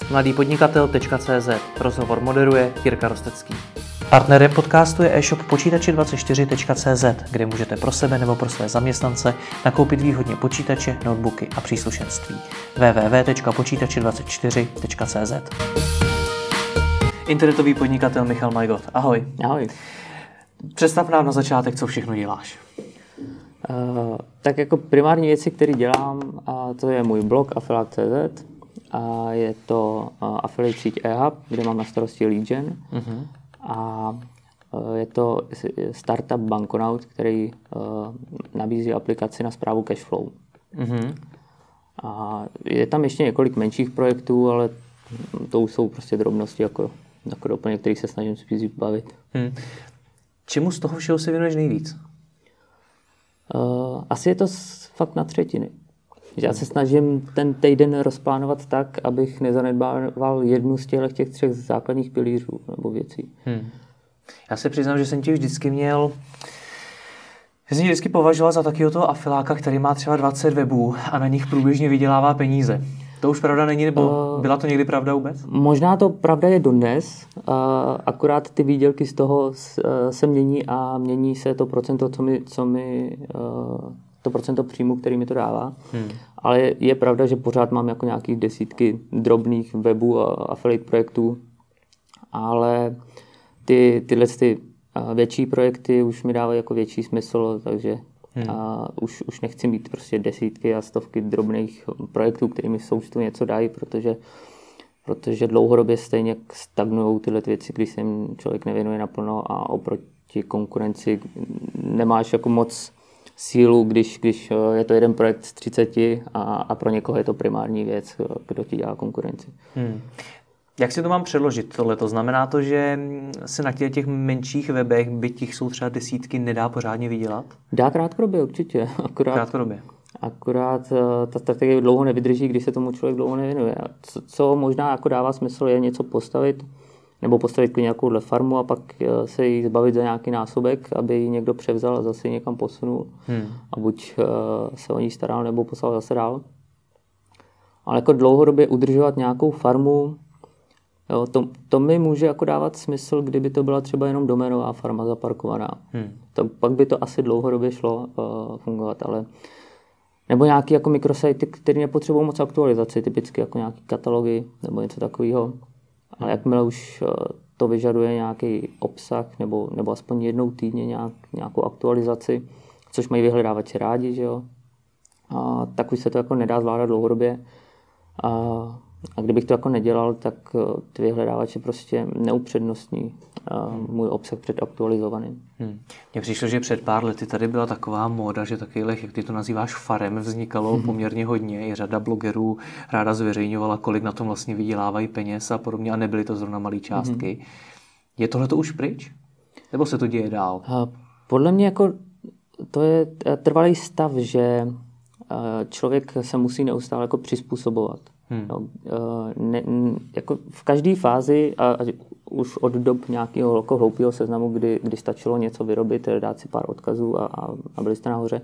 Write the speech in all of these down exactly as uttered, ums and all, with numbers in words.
mladý podnikatel tečka cé zet. Rozhovor moderuje Jirka Rostecký. Partnerem podcastu je e-shop počítače dvacet čtyři tečka cé zet, kde můžete pro sebe nebo pro své zaměstnance nakoupit výhodně počítače, notebooky a příslušenství. w w w tečka počítače dvacet čtyři tečka cé zet. Internetový podnikatel Michal Majgot. Ahoj. Ahoj. Představ nám na začátek, co všechno děláš. Uh, tak jako primární věci, které dělám, uh, to je můj blog Affiliate tečka cé zet a je to uh, affiliate síť eHub, kde mám na starosti lead gen. Uh-huh. A uh, je to startup Bankonaut, který uh, nabízí aplikaci na správu cashflow. Uh-huh. A je tam ještě několik menších projektů, ale to už jsou prostě drobnosti, jako, jako doplně, kterých se snažím spíš bavit. Hmm. Čemu z toho všeho se věnuješ nejvíc? Uh, asi je to fakt na třetiny. Já se snažím ten týden rozplánovat tak, abych nezanedbával jednu z těchto těch třech základních pilířů nebo věcí. Hmm. Já se přiznám, že jsem tě vždycky měl, že jsem tě vždycky považoval za takového toho afiláka, který má třeba dvacet webů a na nich průběžně vydělává peníze. To už pravda není, nebo uh, byla to někdy pravda vůbec? Možná to pravda je dodnes, uh, akorát ty výdělky z toho s, uh, se mění a mění se to procento, co mi, co mi uh, to procento příjmu, který mi to dává. Hmm. Ale je, je pravda, že pořád mám jako nějakých desítky drobných webů a affiliate projektů, ale ty, tyhle ty uh, větší projekty už mi dávají jako větší smysl, takže Hmm. A už, už nechci mít prostě desítky a stovky drobných projektů, kterými v součtu něco dají, protože, protože dlouhodobě stejně stagnují tyhle ty věci, když se jim člověk nevěnuje naplno a oproti konkurenci nemáš jako moc sílu, když, když je to jeden projekt z třiceti a, a pro někoho je to primární věc, kdo ti dělá konkurenci. Hmm. Jak si to mám přeložit tohle? To znamená to, že se na těch, těch menších webech, byť těch jsou třeba desítky, nedá pořádně vydělat? Dá krátkodobě určitě. Akorát, krátkodobě. Akorát ta strategie dlouho nevydrží, když se tomu člověk dlouho nevěnuje. Co, co možná jako dává smysl, je něco postavit, nebo postavit nějakouhle farmu a pak se jí zbavit za nějaký násobek, aby ji někdo převzal a zase někam posunul. Hmm. A buď se o ní staral, nebo poslal zase dál. Ale jako dlouhodobě udržovat nějakou farmu, jo, to, to mi může jako dávat smysl, kdyby to byla třeba jenom doménová farma zaparkovaná. Hmm. To, pak by to asi dlouhodobě šlo uh, fungovat, ale nebo nějaký jako mikrosajty, které nepotřebují moc aktualizaci, typicky jako nějaký katalogy nebo něco takového. Hmm. Ale jakmile už uh, to vyžaduje nějaký obsah nebo, nebo aspoň jednou týdně nějak, nějakou aktualizaci, což mají vyhledávači rádi, že jo, a tak už se to jako nedá zvládat dlouhodobě. A A kdybych to jako nedělal, tak ty vyhledávače prostě neupřednostní hmm. můj obsah před aktualizovaným. Hmm. Mně přišlo, že před pár lety tady byla taková móda, že takových, jak ty to nazýváš, farem, vznikalo hmm. poměrně hodně. I řada blogerů ráda zveřejňovala, kolik na tom vlastně vydělávají peněz a podobně, a nebyly to zrovna malé částky. Hmm. Je tohle to už pryč? Nebo se to děje dál? Podle mě jako to je trvalý stav, že člověk se musí neustále jako přizpůsobovat. Hmm. No, ne, jako v každé fázi, a, a už od dob nějakého jako hloupého seznamu, kdy, kdy stačilo něco vyrobit, dát si pár odkazů a, a, a byli jste nahoře,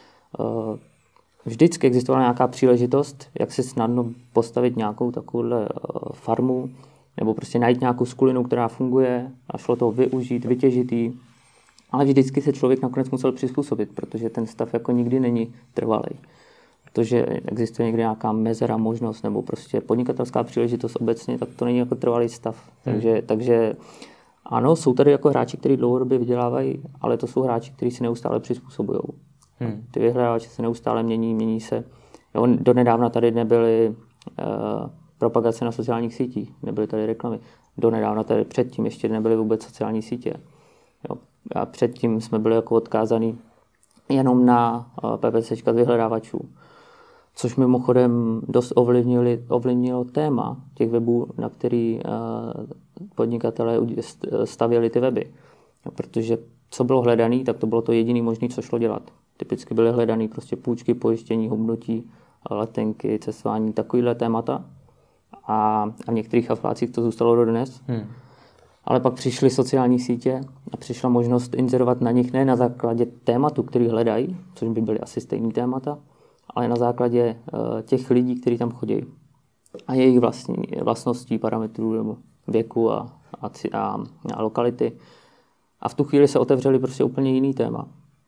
vždycky existovala nějaká příležitost, jak si snadno postavit nějakou takovouhle farmu, nebo prostě najít nějakou skulinu, která funguje a šlo to využít, vytěžit jí. Ale vždycky se člověk nakonec musel přizpůsobit, protože ten stav jako nikdy není trvalý. Protože existuje někdy nějaká mezera, možnost nebo prostě podnikatelská příležitost obecně, tak to není jako trvalý stav. Hmm. Takže, takže ano, jsou tady jako hráči, kteří dlouhodobě vydělávají, ale to jsou hráči, kteří se neustále přizpůsobují. Hmm. Ty vyhledávače se neustále mění, mění se. Jo, donedávna tady nebyly uh, propagace na sociálních sítích, nebyly tady reklamy. Donedávna tady předtím ještě nebyly vůbec sociální sítě. Jo. A předtím jsme byli jako odkázaní jenom na uh, PPCčka z vyhledávačů. Což mimochodem dost ovlivnili, ovlivnilo téma těch webů, na který uh, podnikatelé stavěli ty weby. No, protože co bylo hledané, tak to bylo to jediné možné, co šlo dělat. Typicky byly hledané prostě půjčky, pojištění, hubnutí, letenky, cestování, takovýhle témata. A, a v některých afiliácích to zůstalo do dnes. Hmm. Ale pak přišly sociální sítě a přišla možnost inzerovat na nich ne na základě tématu, který hledají, což by byly asi stejný témata, ale na základě uh, těch lidí, kteří tam chodí. a jejich vlastní, vlastností, parametrů nebo věku a, a, a, a lokality. A v tu chvíli se otevřeli prostě úplně jiný téma.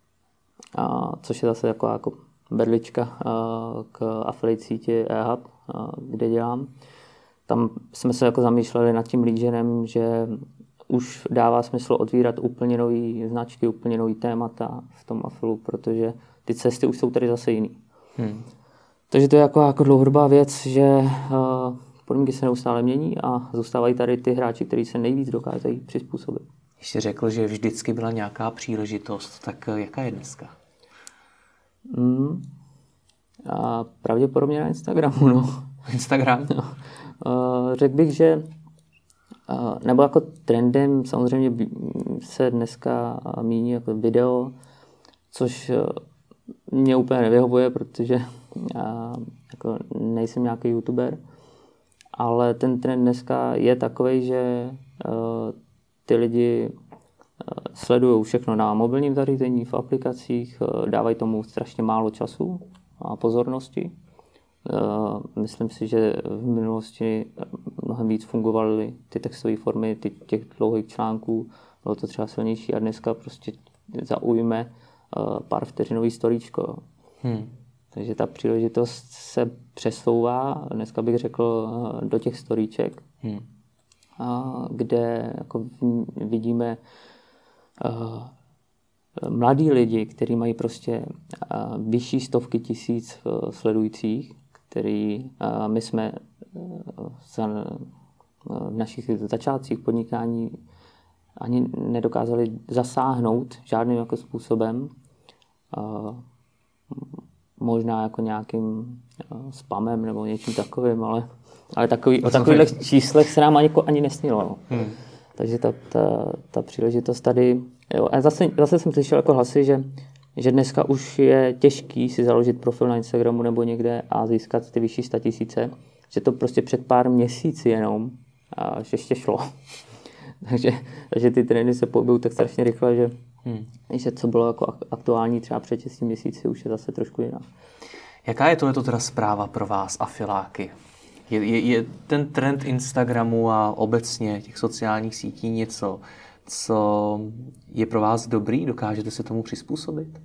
A, což je zase jako, jako berlička a, k affiliate síti eHub, a, kde dělám. Tam jsme se jako zamýšleli nad tím lead genem, že už dává smysl otvírat úplně nové značky, úplně nové témata v tom afilu, protože ty cesty už jsou tady zase jiný. Hmm. Takže to je jako, jako dlouhodobá věc, že uh, podmínky se neustále mění a zůstávají tady ty hráči, kteří se nejvíc dokáží přizpůsobit. Když jsi řekl, že vždycky byla nějaká příležitost, tak jaká je dneska? Hmm. A pravděpodobně na Instagramu, no. Instagram? No. Uh, řekl bych, že uh, nebo jako trendem samozřejmě se dneska míní jako video, což uh, mě úplně nevyhovuje, protože já jako nejsem nějaký youtuber, ale ten trend dneska je takový, že uh, ty lidi uh, sledují všechno na mobilním zařízení, v aplikacích, uh, dávají tomu strašně málo času a pozornosti. Uh, myslím si, že v minulosti mnohem víc fungovaly ty textové formy, ty, těch dlouhých článků, bylo to třeba silnější a dneska prostě zaujme uh, pár vteřinový storíčko. Hmm. Takže ta příležitost se přesouvá, dneska bych řekl, do těch storíček, hmm. uh, kde jako vidíme uh, mladí lidi, kteří mají prostě uh, vyšší stovky tisíc uh, sledujících, který uh, my jsme uh, za, uh, v našich začátcích podnikání ani nedokázali zasáhnout žádným jako způsobem. Uh, možná jako nějakým uh, spamem nebo něčím takovým, ale, ale takový, o takových číslech se nám ani, ani nesnilo. No. Hmm. Takže ta, ta, ta příležitost tady... Jo, a zase, zase jsem slyšel jako hlasy, že, že dneska už je těžký si založit profil na Instagramu nebo někde a získat ty vyšší statisíce, že to prostě před pár měsíci jenom a ještě šlo. takže, takže ty trendy se pohybují tak strašně rychle, že, hmm. že co bylo jako aktuální třeba před šesti měsíci, už je zase trošku jiná. Jaká je tohleto teda zpráva pro vás, afiláky? Je, je, je ten trend Instagramu a obecně těch sociálních sítí něco, co je pro vás dobrý? Dokážete se tomu přizpůsobit?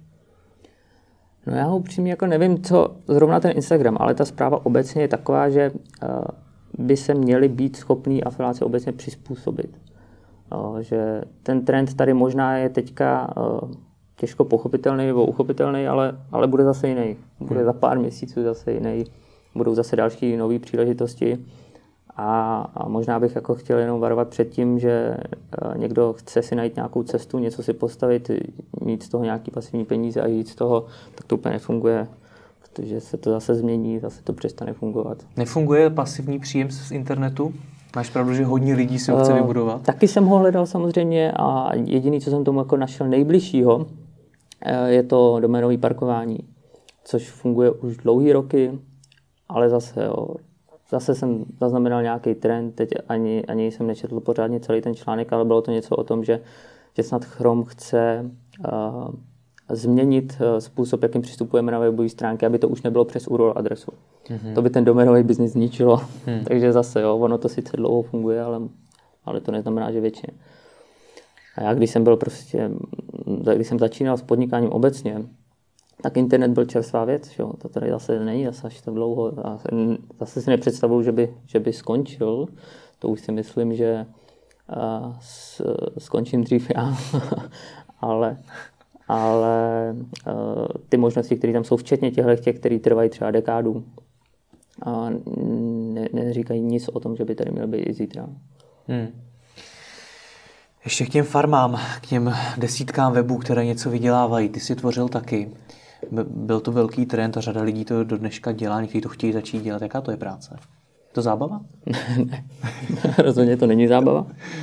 No já upřímně jako nevím, co zrovna ten Instagram, ale ta zpráva obecně je taková, že uh, by se měli být schopní afiláci obecně přizpůsobit. Uh, že ten trend tady možná je teďka uh, těžko pochopitelný nebo uchopitelný, ale, ale bude zase jiný. Bude hmm. za pár měsíců zase jiný. Budou zase další nové příležitosti. A, a možná bych jako chtěl jenom varovat před tím, že uh, někdo chce si najít nějakou cestu, něco si postavit, mít z toho nějaký pasivní peníze a jít z toho, tak to úplně nefunguje, protože se to zase změní, zase to přestane fungovat. Nefunguje pasivní příjem z internetu? Máš pravdu, že hodně lidí si ho chce vybudovat? Uh, taky jsem ho hledal samozřejmě a jediný, co jsem tomu jako našel nejbližšího, uh, je to doménové parkování, což funguje už dlouhý roky, ale zase jo, Zase jsem zaznamenal nějaký trend, teď ani, ani jsem nečetl pořádně celý ten článek, ale bylo to něco o tom, že, že snad Chrome chce uh, změnit uh, způsob, jakým přistupujeme na webové stránky, aby to už nebylo přes U R L adresu. Mm-hmm. To by ten doménový biznis zničilo. Mm. Takže zase, jo, ono to sice dlouho funguje, ale, ale to neznamená, že většině. A já, když jsem byl prostě, když jsem začínal s podnikáním obecně, tak internet byl čerstvá věc, jo. To tady zase není zase až tak dlouho. A zase si nepředstavuju, že by, že by skončil. To už si myslím, že uh, s, skončím dřív já. ale ale uh, ty možnosti, které tam jsou, včetně těchto, těch, které trvají třeba dekádu, a ne, neříkají nic o tom, že by tady měl být i zítra. Hmm. Ještě k těm farmám, k těm desítkám webů, které něco vydělávají. Ty jsi tvořil taky. Byl to velký trend a řada lidí to do dneška dělá, někteří to chtějí začít dělat. Jaká to je práce? Je to zábava? Ne, rozhodně to není zábava.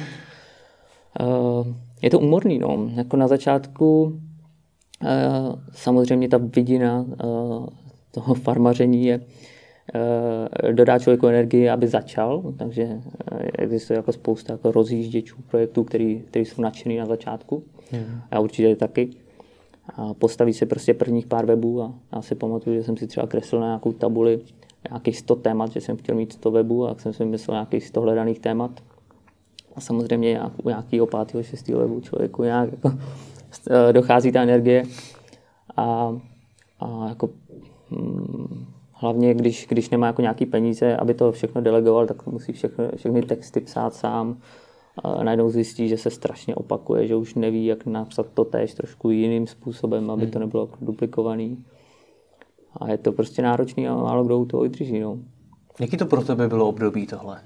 Je to úmorný, no. Jako na začátku samozřejmě ta vidina toho farmaření je dodá člověku energii, aby začal, takže existuje jako spousta jako rozjížděčů projektů, který, který jsou nadšený na začátku. Hmm. Já určitě taky. A postaví se prostě prvních pár webů a já si pamatuju, že jsem si třeba kreslil na nějakou tabuli, nějakých sto témat, že jsem chtěl mít sto webů a tak jsem si vymyslel nějakých sto hledaných témat. A samozřejmě nějak, u nějakého pátého, šestého webu člověku nějak jako, dochází ta energie. A, a jako, hm, hlavně, když, když nemá jako nějaký peníze, aby to všechno delegoval, tak musí všechno, všechny texty psát sám. A najednou zjistí, že se strašně opakuje, že už neví, jak napsat to též trošku jiným způsobem, aby to nebylo duplikovaný. A je to prostě náročný a málo kdo u toho vydrží. No. Jaký to pro tebe bylo období tohle?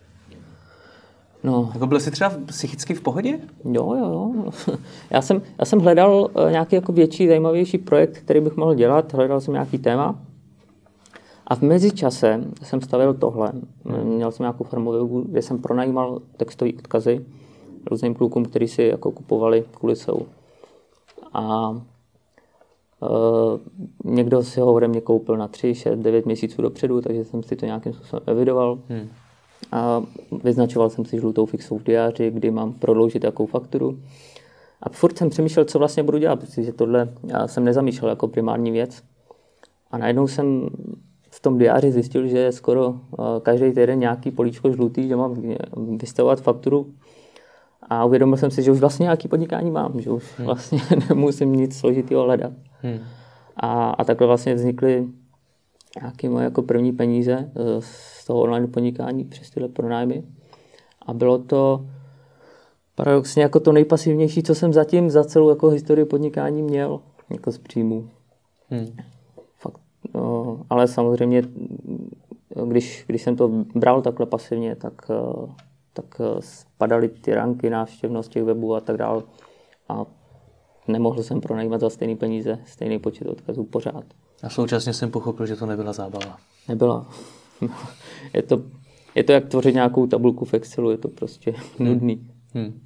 No. Jako byl jsi třeba psychicky v pohodě? Jo, jo, jo. Já jsem, já jsem hledal nějaký jako větší, zajímavější projekt, který bych mohl dělat. Hledal jsem nějaký téma. A v mezičase jsem stavil tohle. Měl jsem nějakou farmu webu, kde jsem pronajímal textové odkazy různým klukům, kteří si jako kupovali kulisou. A e, někdo si ho ode mě koupil na tři, šest, devět měsíců dopředu, takže jsem si to nějakým způsobem evidoval. Hmm. A vyznačoval jsem si žlutou fixou v diáři, kdy mám prodloužit jakou fakturu. A furt jsem přemýšlel, co vlastně budu dělat, protože tohle já jsem nezamýšlel jako primární věc. A najednou jsem v tom diáři zjistil, že je skoro uh, každý týden nějaký políčko žlutý, že mám vystavovat fakturu. A uvědomil jsem si, že už vlastně nějaký podnikání mám, že už hmm. vlastně nemusím nic složitého hledat. Hmm. A, a takhle vlastně vznikly nějaké moje jako první peníze z toho online podnikání přes tyhle pronájmy. A bylo to paradoxně jako to nejpasivnější, co jsem zatím za celou jako historii podnikání měl, jako z příjmu. Hmm. Fakt. No, ale samozřejmě, když, když jsem to bral takhle pasivně, tak, tak spadaly ty ranky, návštěvnost těch webů a tak dále. A nemohl jsem pronajímat za stejné peníze, stejný počet odkazů pořád. A současně jsem pochopil, že to nebyla zábava. Nebyla. je, to, je to jak tvořit nějakou tabulku v Excelu, je to prostě hmm. nudný. Hmm.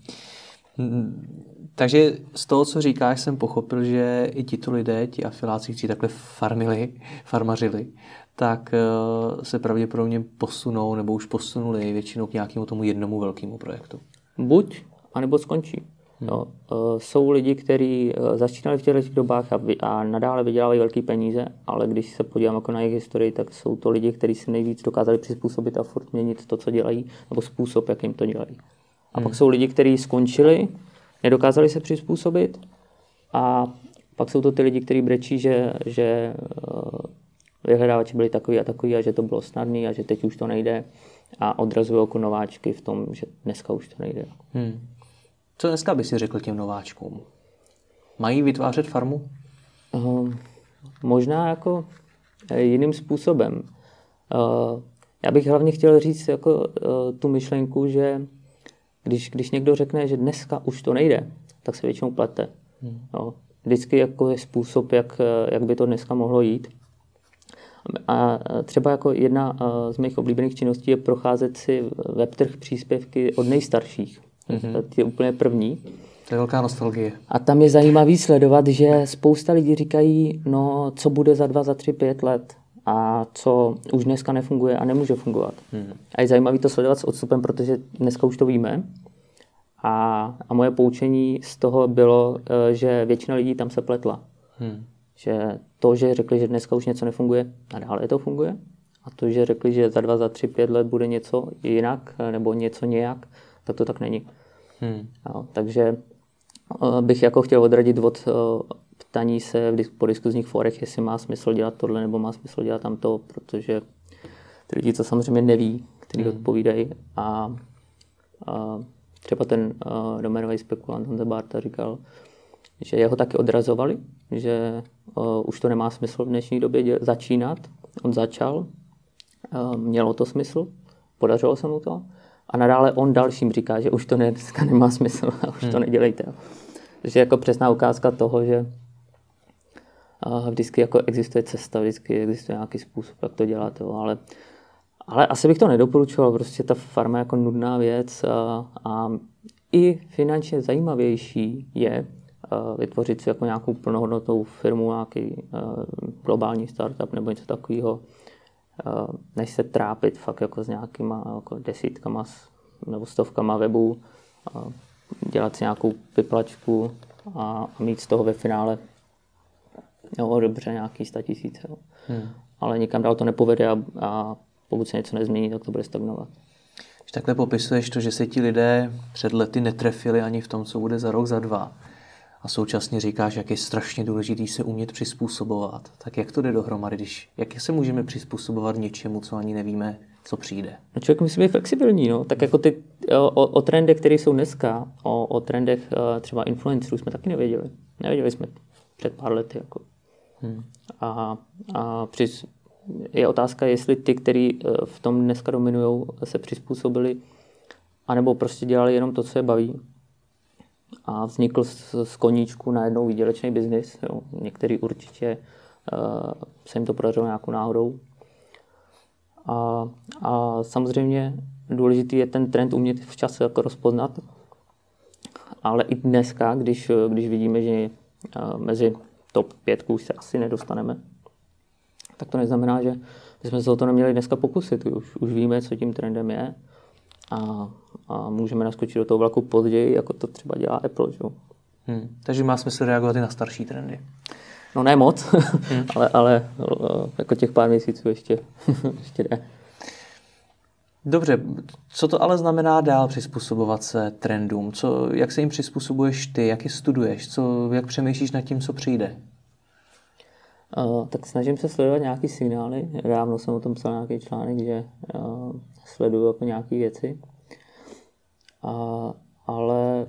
Takže z toho, co říkáš, jsem pochopil, že i tito lidé, ti afiláci, kteří takhle farmili, farmařili, tak se pravděpodobně posunou nebo už posunuli většinou k nějakému tomu jednomu velkému projektu. Buď, anebo skončí. Hmm. No, jsou lidi, kteří začínali v těchto dobách a, vy, a nadále vydělávají velké peníze, ale když se podívám jako na jejich historii, tak jsou to lidi, kteří se nejvíc dokázali přizpůsobit a furt měnit to, co dělají, nebo způsob, jakým to dělají. A hmm. pak jsou lidi, kteří skončili, nedokázali se přizpůsobit a pak jsou to ty lidi, kteří brečí, že, že vyhledávači byli takový a takový a že to bylo snadný a že teď už to nejde a odrazují jako nováčky v tom, že dneska už to nejde. Hmm. Co dneska by si řekl těm nováčkům? Mají vytvářet farmu? Uh, možná jako jiným způsobem. Uh, já bych hlavně chtěl říct jako uh, tu myšlenku, že když, když někdo řekne, že dneska už to nejde, tak se většinou plete. Hmm. No, vždycky jako je způsob, jak, jak by to dneska mohlo jít. A třeba jako jedna z mých oblíbených činností je procházet si webtrh příspěvky od nejstarších. Mm-hmm. To je úplně první. To je velká nostalgie. A tam je zajímavý sledovat, že spousta lidí říkají, no co bude za dva, za tři, pět let a co už dneska nefunguje a nemůže fungovat. Mm. A je zajímavý to sledovat s odstupem, protože dneska už to víme. A, a moje poučení z toho bylo, že většina lidí tam se pletla. Mm. Že to, že řekli, že dneska už něco nefunguje, nadále to funguje. A to, že řekli, že za dva, za tři, pět let bude něco jinak nebo něco nějak, tak to tak není. Hmm. No, takže uh, bych jako chtěl odradit od uh, ptaní se v, po diskuzních fórech, jestli má smysl dělat tohle nebo má smysl dělat tamto, protože ty lidi to samozřejmě neví, kteří hmm. odpovídají. A, a třeba ten uh, doménový spekulant Honza Bárta říkal, že jeho taky odrazovali, že uh, už to nemá smysl v dnešní době dě- začínat. On začal, uh, mělo to smysl, podařilo se mu to. A nadále on dalším říká, že už to ne, dneska nemá smysl a už hmm. to nedělejte. Takže jako přesná ukázka toho, že uh, vždycky jako existuje cesta, vždycky existuje nějaký způsob, jak to dělat. Jo. Ale, ale asi bych to nedoporučoval, prostě ta farma je jako nudná věc a, a i finančně zajímavější je uh, vytvořit si jako nějakou plnohodnotnou firmu, nějaký uh, globální startup nebo něco takového, Uh, než se trápit fakt jako s nějakýma jako desítkama nebo stovkama webů, uh, dělat si nějakou vyplačku a, a mít z toho ve finále jo, dobře nějaký sta tisíce. Hmm. ale nikam dál to nepovede a, a pokud se něco nezmění, tak to bude stagnovat. Když takhle popisuješ to, že se ti lidé před lety netrefili ani v tom, co bude za rok, za dva, a současně říkáš, jak je strašně důležitý se umět přizpůsobovat, tak jak to jde dohromady, když, jak se můžeme přizpůsobovat něčemu, co ani nevíme, co přijde? No člověk musí být flexibilní, no. Tak jako ty o, o trendech, které jsou dneska, o, o trendech třeba influencerů jsme taky nevěděli. Nevěděli jsme před pár lety. Jako. Hmm. A, a přiz, je otázka, jestli ty, kteří v tom dneska dominují, se přizpůsobili, anebo prostě dělali jenom to, co je baví. A vznikl z, z koníčku najednou výdělečný biznis. Jo. Některý určitě uh, se jim to podařilo nějakou náhodou. A, a samozřejmě důležitý je ten trend umět v čase jako rozpoznat. Ale i dneska, když, když vidíme, že uh, mezi top pětku už se asi nedostaneme, tak to neznamená, že bychom se o to neměli dneska pokusit. Už, už víme, co tím trendem je. A, a můžeme naskočit do toho vlaku později, jako to třeba dělá Apple. Že? Hmm. Takže má smysl reagovat i na starší trendy. No ne moc, hmm. ale, ale jako těch pár měsíců ještě, ještě jde. Dobře, co to ale znamená dál přizpůsobovat se trendům? Co, jak se jim přizpůsobuješ ty, jak je studuješ, co, jak přemýšlíš nad tím, co přijde? Uh, tak snažím se sledovat nějaký signály. Dávno jsem o tom psal nějaký článek, že uh, sleduju jako nějaké věci. Uh, ale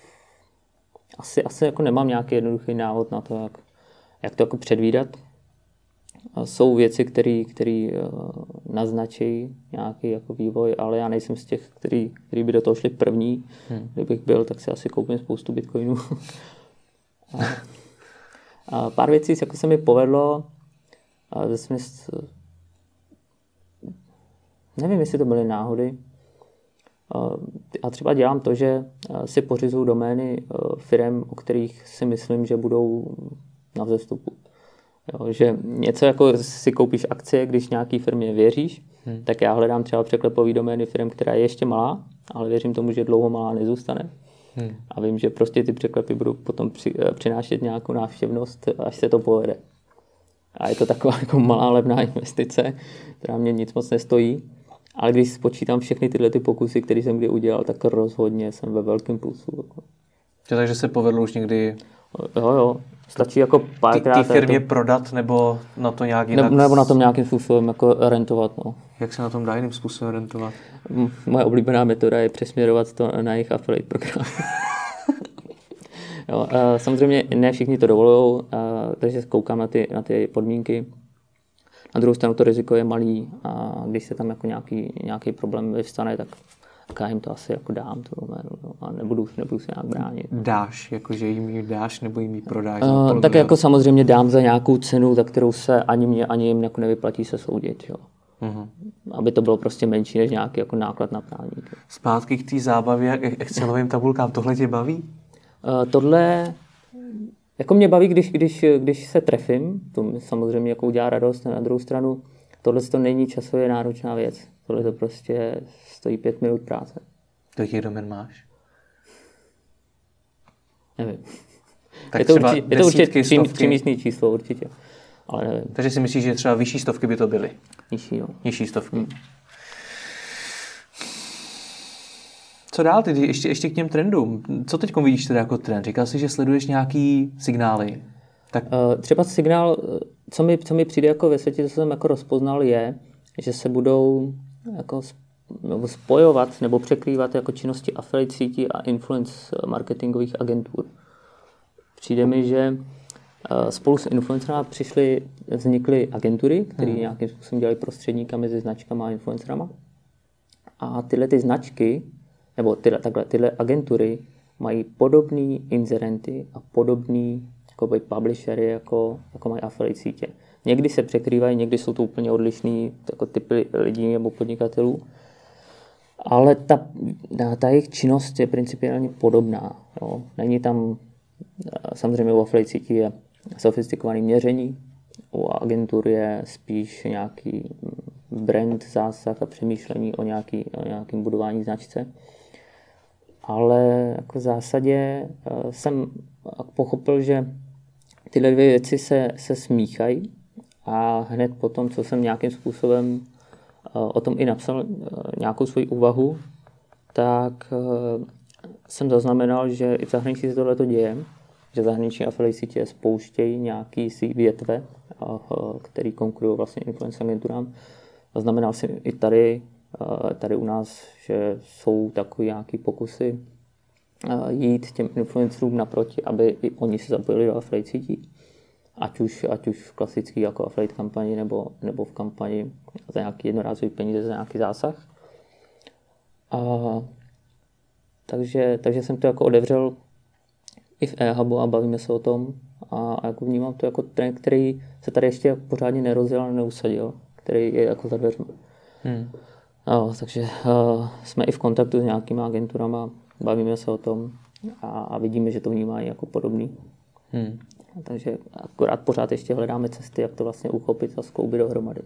asi, asi jako nemám nějaký jednoduchý návod na to, jak, jak to jako předvídat. Uh, jsou věci, které uh, naznačí nějaký jako vývoj, ale já nejsem z těch, který, který by do toho šli první. Hmm. Kdybych byl, tak si asi koupím spoustu bitcoinů. uh, A pár věcí jako se mi povedlo, a smysl, nevím, jestli to byly náhody. A třeba dělám to, že si pořizuju domény firem, o kterých si myslím, že budou na vzestupu. Jo, že něco jako si koupíš akcie, když nějaký firmě věříš, hmm. tak já hledám třeba překlepový domény firm, která je ještě malá, ale věřím tomu, že dlouho malá nezůstane. Hmm. A vím, že prostě ty překlepy budou potom při, přinášet nějakou návštěvnost, až se to povede. A je to taková jako malá levná investice, která mě nic moc nestojí. Ale když spočítám všechny tyhle ty pokusy, které jsem kdy udělal, tak rozhodně jsem ve velkém plusu. Takže se povedlo už někdy... Jo, jo. Stačí jako párkrát... Ty firmě to... prodat nebo na to nějak jinak... Nebo na tom nějakým způsobem jako rentovat. No. Jak se na tom dá jiným způsobem rentovat? Moje oblíbená metoda je přesměrovat to na jejich affiliate program. Jo, samozřejmě ne všichni to dovolují, takže koukám na ty, na ty podmínky. Na druhou stranu to riziko je malý a když se tam jako nějaký, nějaký problém vyvstane, tak já jim to asi jako dám tu doménu, no, a nebudu, nebudu se nějak bránit. Dáš, jakože jim ji dáš nebo jim ji prodáš? Uh, tak jako samozřejmě dám za nějakou cenu, za kterou se ani mě, ani jim jako nevyplatí se soudit. Jo. Uh-huh. Aby to bylo prostě menší než nějaký jako náklad na právníky. Zpátky k té zábavě, k Excelovým tabulkám, tohle tě baví? Uh, tohle jako mě baví, když, když, když se trefím, to mi samozřejmě jako udělá radost, na druhou stranu tohle to není časově náročná věc. Tohle to prostě stojí pět minut práce. Kolik těch domen máš? Nevím. Tak je to třeba určitě, je to určitě desítky, tři, stovky. třímístný číslo určitě. Ale nevím. Takže si myslíš, že třeba vyšší stovky by to byly? Nižší, no. Nižší stovky. Hmm. Co dál ty? Ještě, ještě k těm trendům. Co teď vidíš teda jako trend? Říkal jsi, že sleduješ nějaký signály. Tak... Uh, třeba signál, co mi, co mi přijde jako ve světě, co jsem jako rozpoznal, je, že se budou jako nebo spojovat nebo překrývat jako činnosti affiliate sítí a influence marketingových agentur. Přijde mi, že uh, spolu s influencerama přišly, vznikly agentury, které hmm. nějakým způsobem dělají prostředníka mezi značkama a influencerama. A tyhle ty značky, nebo tyhle, takhle, tyhle agentury mají podobný inzerenty a podobný jakoby publishery, jako, jako mají affiliate sítě. Někdy se překrývají, někdy jsou to úplně odlišný jako typy lidí nebo podnikatelů, ale ta, ta jejich činnost je principiálně podobná. Jo. Není tam, samozřejmě u affiliate sítí je sofistikované měření, u agentur je spíš nějaký brand, zásah a přemýšlení o, nějaký, o nějakém budování značce. Ale jako v zásadě jsem pochopil, že tyhle dvě věci se, se smíchají a hned potom, co jsem nějakým způsobem o tom i napsal nějakou svoji úvahu, tak jsem zaznamenal, že i v zahraničí se tohleto děje, že zahraniční affiliate sítě spouštějí nějaký si větve, který konkurují vlastně influencer agenturám. Zaznamenal jsem i tady, tady u nás, že jsou takové nějaké pokusy jít těm influencerům naproti, aby i oni se zapojili do affiliate sítí. Ať už, ať už v klasický jako affiliate kampani nebo, nebo v kampani za nějaký jednorázový peníze, za nějaký zásah. A, takže, takže jsem to jako otevřel i v eHubu a bavíme se o tom. A, a jako vnímám to jako trend, který se tady ještě pořádně nerozjel a neusadil, který je jako za dveřmi. Hmm. No, takže uh, jsme i v kontaktu s nějakýma agenturama, bavíme se o tom a, a vidíme, že to vnímají jako podobný. Hmm. Takže akorát pořád ještě hledáme cesty, jak to vlastně uchopit a skloubit dohromady.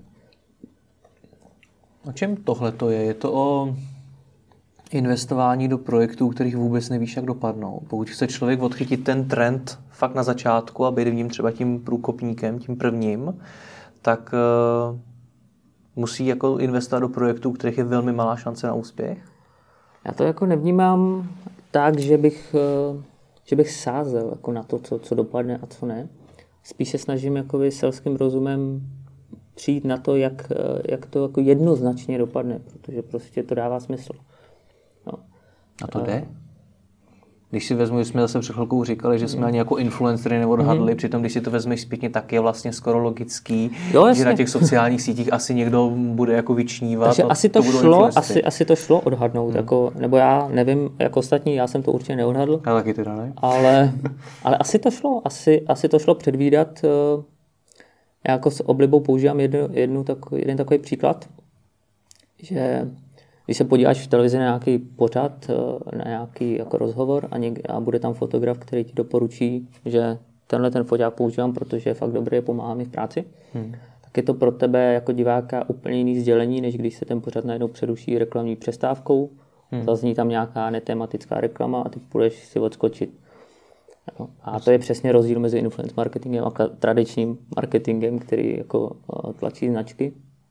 O čem tohle to je? Je to o investování do projektů, kterých vůbec nevíš, jak dopadnou. Pokud chce člověk odchytit ten trend fakt na začátku a být v ním třeba tím průkopníkem, tím prvním, tak uh, musí jako investovat do projektů, kterých je velmi malá šance na úspěch? Já to jako nevnímám tak, že bych... Uh... že bych sázel jako na to, co, co dopadne a co ne. Spíš se snažím jakoby selským rozumem přijít na to, jak, jak to jako jednoznačně dopadne, protože prostě to dává smysl. No. A to jde? Když si vezmu, že jsme zase před chvilkou říkali, že jsme mm. ani jako influencery neodhadli, mm. přitom když si to vezmeš zpětně, tak je vlastně skoro logický, jo, že na těch sociálních sítích asi někdo bude jako vyčnívat. Takže asi to, to šlo, asi, asi to šlo odhadnout, mm. jako, nebo já nevím, jako ostatní, já jsem to určitě neodhadl. Já taky teda ne. Ale, ale asi to šlo, asi, asi to šlo předvídat. Já jako s oblibou používám jednu, jednu takový, jeden takový příklad, že když se podíváš v televizi na nějaký pořad, na nějaký jako rozhovor a, něk- a bude tam fotograf, který ti doporučí, že tenhle ten foťák používám, protože je fakt dobrý, pomáhá mi v práci, hmm. tak je to pro tebe jako diváka úplně jiný sdělení, než když se ten pořad najednou přeruší reklamní přestávkou, hmm. zazní tam nějaká netematická reklama a ty půjdeš si odskočit. No, a to je přesně rozdíl mezi influence marketingem a tradičním marketingem, který jako tlačí značky.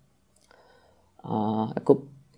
A jako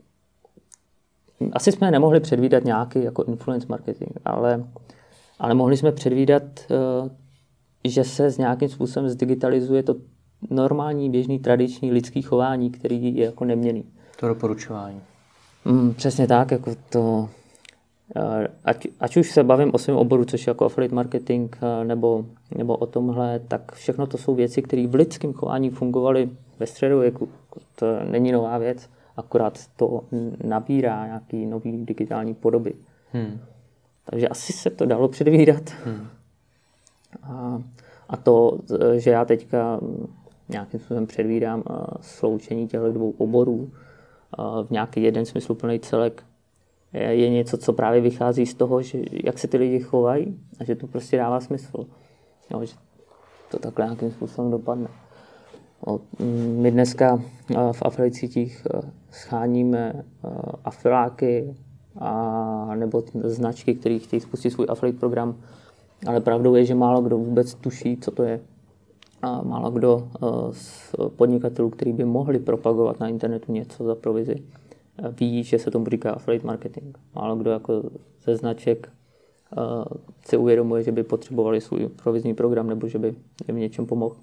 asi jsme nemohli předvídat nějaký jako influence marketing, ale, ale mohli jsme předvídat, že se s nějakým způsobem zdigitalizuje to normální, běžný, tradiční lidský chování, který je jako neměnný. To doporučování. Mm, přesně tak, jako to, ať, ať už se bavím o svém oboru, což je jako affiliate marketing, nebo, nebo o tomhle, tak všechno to jsou věci, které v lidském chování fungovaly ve středověku. To není nová věc. Akorát to nabírá nějaký nový digitální podoby. Hmm. Takže asi se to dalo předvídat. Hmm. A, a to, že já teďka nějakým způsobem předvídám sloučení těchto dvou oborů v nějaký jeden smysluplný celek, je něco, co právě vychází z toho, že jak se ty lidi chovají a že to prostě dává smysl. No, že to takhle nějakým způsobem dopadne. My dneska v affiliate sítích scháníme afiláky a nebo značky, které chtějí spustit svůj affiliate program, ale pravdou je, že málo kdo vůbec tuší, co to je. A málo kdo z podnikatelů, kteří by mohli propagovat na internetu něco za provizi, ví, že se tomu říká affiliate marketing. Málo kdo jako ze značek si uvědomuje, že by potřebovali svůj provizní program nebo že by jim něčem pomohl.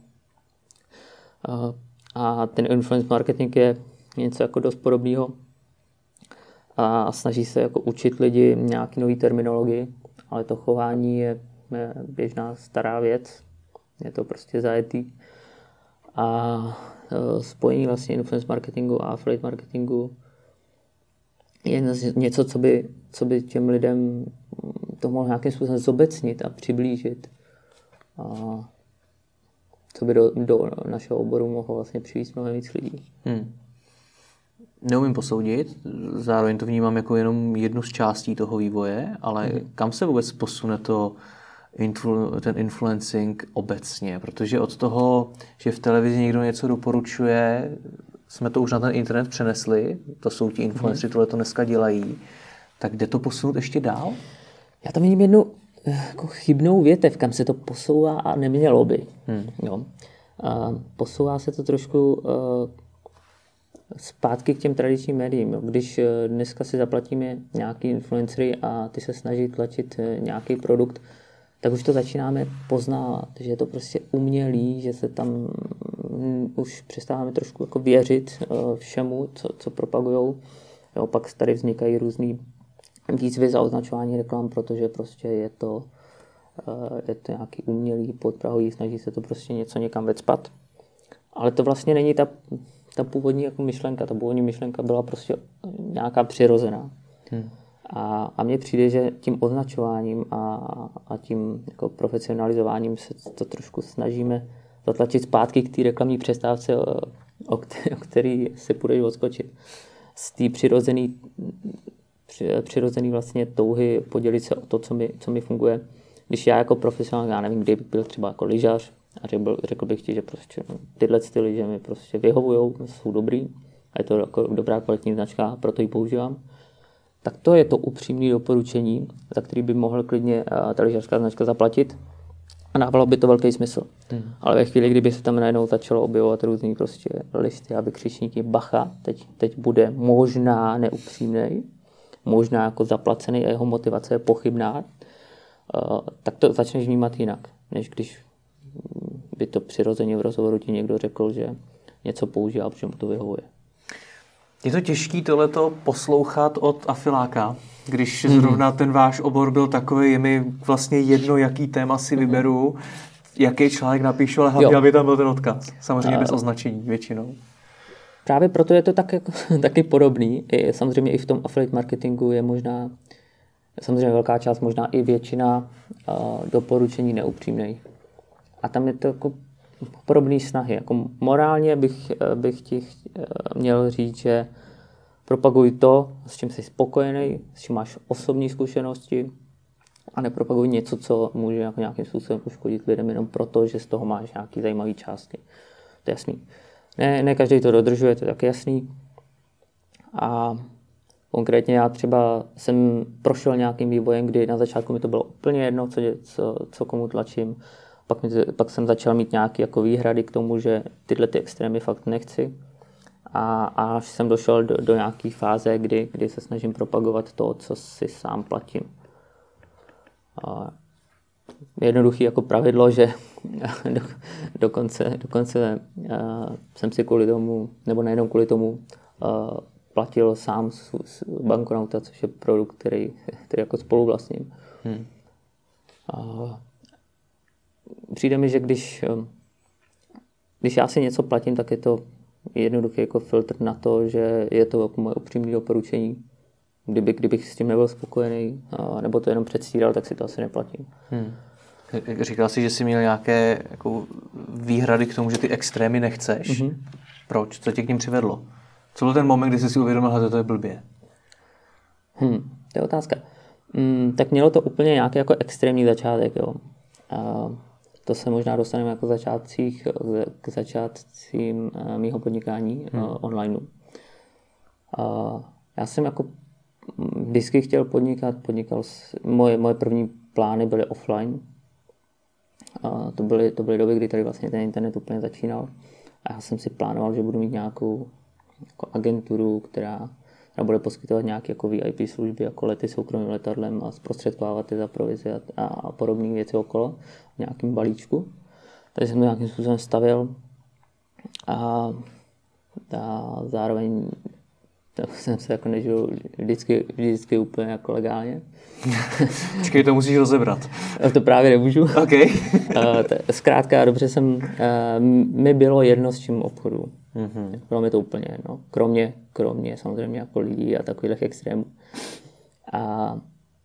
A ten influence marketing je něco jako dost podobného a snaží se jako učit lidi nějaký nový terminologii, ale to chování je běžná stará věc, je to prostě zajetý. A spojení vlastně influence marketingu a affiliate marketingu je něco, co by, co by těm lidem to mohlo nějakým způsobem zobecnit a přiblížit. A co by do, do našeho oboru mohlo vlastně přivést mnohem víc lidí. Hmm. Neumím posoudit, zároveň to vnímám jako jenom jednu z částí toho vývoje, ale hmm. kam se vůbec posune to influ, ten influencing obecně? Protože od toho, že v televizi někdo něco doporučuje, jsme to už na ten internet přenesli, to jsou ti influenceri, hmm. tohle to dneska dělají, tak kde to posunout ještě dál? Já tam vidím jednu jako chybnou větev, kam se to posouvá a nemělo by. Hmm. Jo. posouvá se to trošku zpátky k těm tradičním médiím. Když dneska si zaplatíme nějaký influencery a ty se snaží tlačit nějaký produkt, tak už to začínáme poznávat, že je to prostě umělý, že se tam už přestáváme trošku jako věřit všemu, co, co propagujou. Jo, pak tady vznikají různý výzvy za označování reklam, protože prostě je to, je to nějaký umělý, podprahový, snaží se to prostě něco někam vecpat. Ale to vlastně není ta, ta původní jako myšlenka. Ta původní myšlenka byla prostě nějaká přirozená. Hmm. A, a mně přijde, že tím označováním a, a tím jako profesionalizováním se to trošku snažíme zatlačit zpátky k té reklamní přestávce, o, o, který, o který si půjdeš odskočit. Z té přirozený, při, přirozený vlastně touhy podělit se o to, co mi, co mi funguje. Když já jako profesionál, já nevím, kdybych byl třeba jako lyžař a řekl, řekl bych ti, že prostě tyhle ty lyže mi prostě vyhovujou, jsou dobrý a je to jako dobrá kvalitní značka, proto ji používám, tak to je to upřímné doporučení, za který by mohl klidně ta lyžařská značka zaplatit a dávalo by to velký smysl. Hmm. Ale ve chvíli, kdyby se tam najednou začalo objevovat různý prostě listy a vykřičníky, bacha, teď, teď bude možná neupřímnej, možná jako zaplacený a jeho motivace je pochybná, uh, tak to začneš vnímat jinak, než když by to přirozeně v rozhovoru ti někdo řekl, že něco používá, protože mu to vyhovuje. Je to těžké tohleto poslouchat od afiláka, když zrovna ten váš obor byl takový, je mi vlastně jedno, jaký téma si vyberu, jaký článek napíšu, ale hlavně, aby tam byl ten odkaz. Samozřejmě bez označení většinou. Právě proto je to tak jako, taky podobný. I, samozřejmě i v tom affiliate marketingu je možná, samozřejmě velká část, možná i většina uh, doporučení neupřímnej. A tam je to jako podobné snahy. Jako morálně bych, bych ti měl říct, že propaguj to, s čím jsi spokojený, s čím máš osobní zkušenosti a nepropaguj něco, co může jako nějakým způsobem poškodit lidem jenom proto, že z toho máš nějaký zajímavý částky. To je jasný. Ne, ne každý to dodržuje, to je taky jasný. A konkrétně já třeba jsem prošel nějakým vývojem, kdy na začátku mi to bylo úplně jedno, co, co, co komu tlačím. Pak, mi, pak jsem začal mít nějaké jako výhrady k tomu, že tyhle ty extrémy fakt nechci. A, a až jsem došel do, do nějaké fáze, kdy, kdy se snažím propagovat to, co si sám platím. A jednoduché jako pravidlo, že do, dokonce, dokonce uh, jsem si kvůli tomu, nebo nejenom kvůli tomu, uh, platil sám z, z Bankonauta, což je produkt, který, který jako spoluvlastním. Hmm. Uh, Přijde mi, že když, když já si něco platím, tak je to jednoduchý jako filtr na to, že je to jako moje upřímné doporučení. Kdyby, kdybych s tím nebyl spokojený, nebo to jenom předstíral, tak si to asi neplatím. Hmm. Říkal jsi, že jsi měl nějaké jako výhrady k tomu, že ty extrémy nechceš. Mm-hmm. Proč? Co tě k ním přivedlo? Co byl ten moment, kdy jsi si uvědomil, že to je blbě? Hmm, to je otázka. Hmm, tak mělo to úplně nějaký jako extrémní začátek, jo. A to se možná dostaneme jako začátcích, k začátcím mýho podnikání hmm. online. A já jsem jako vždycky chtěl podnikat, podnikal, moje, moje první plány byly offline. A to byly, to byly doby, kdy tady vlastně ten internet úplně začínal. A já jsem si plánoval, že budu mít nějakou jako agenturu, která, která bude poskytovat nějaké jako V I P služby, jako lety soukromým letadlem a zprostředkovávat je za provizi a, a podobné věci okolo v nějakém balíčku. Takže jsem to nějakým způsobem stavil a, a zároveň jsem se jako nežil vždycky, vždycky úplně jako legálně. Počkej, to musíš rozebrat. To právě nemůžu. Okay. Zkrátka, dobře jsem, mi bylo jedno s čím obchodu. Mm-hmm. Bylo mi to úplně jedno. Kromě, kromě samozřejmě jako lidí a takových extrémů. A,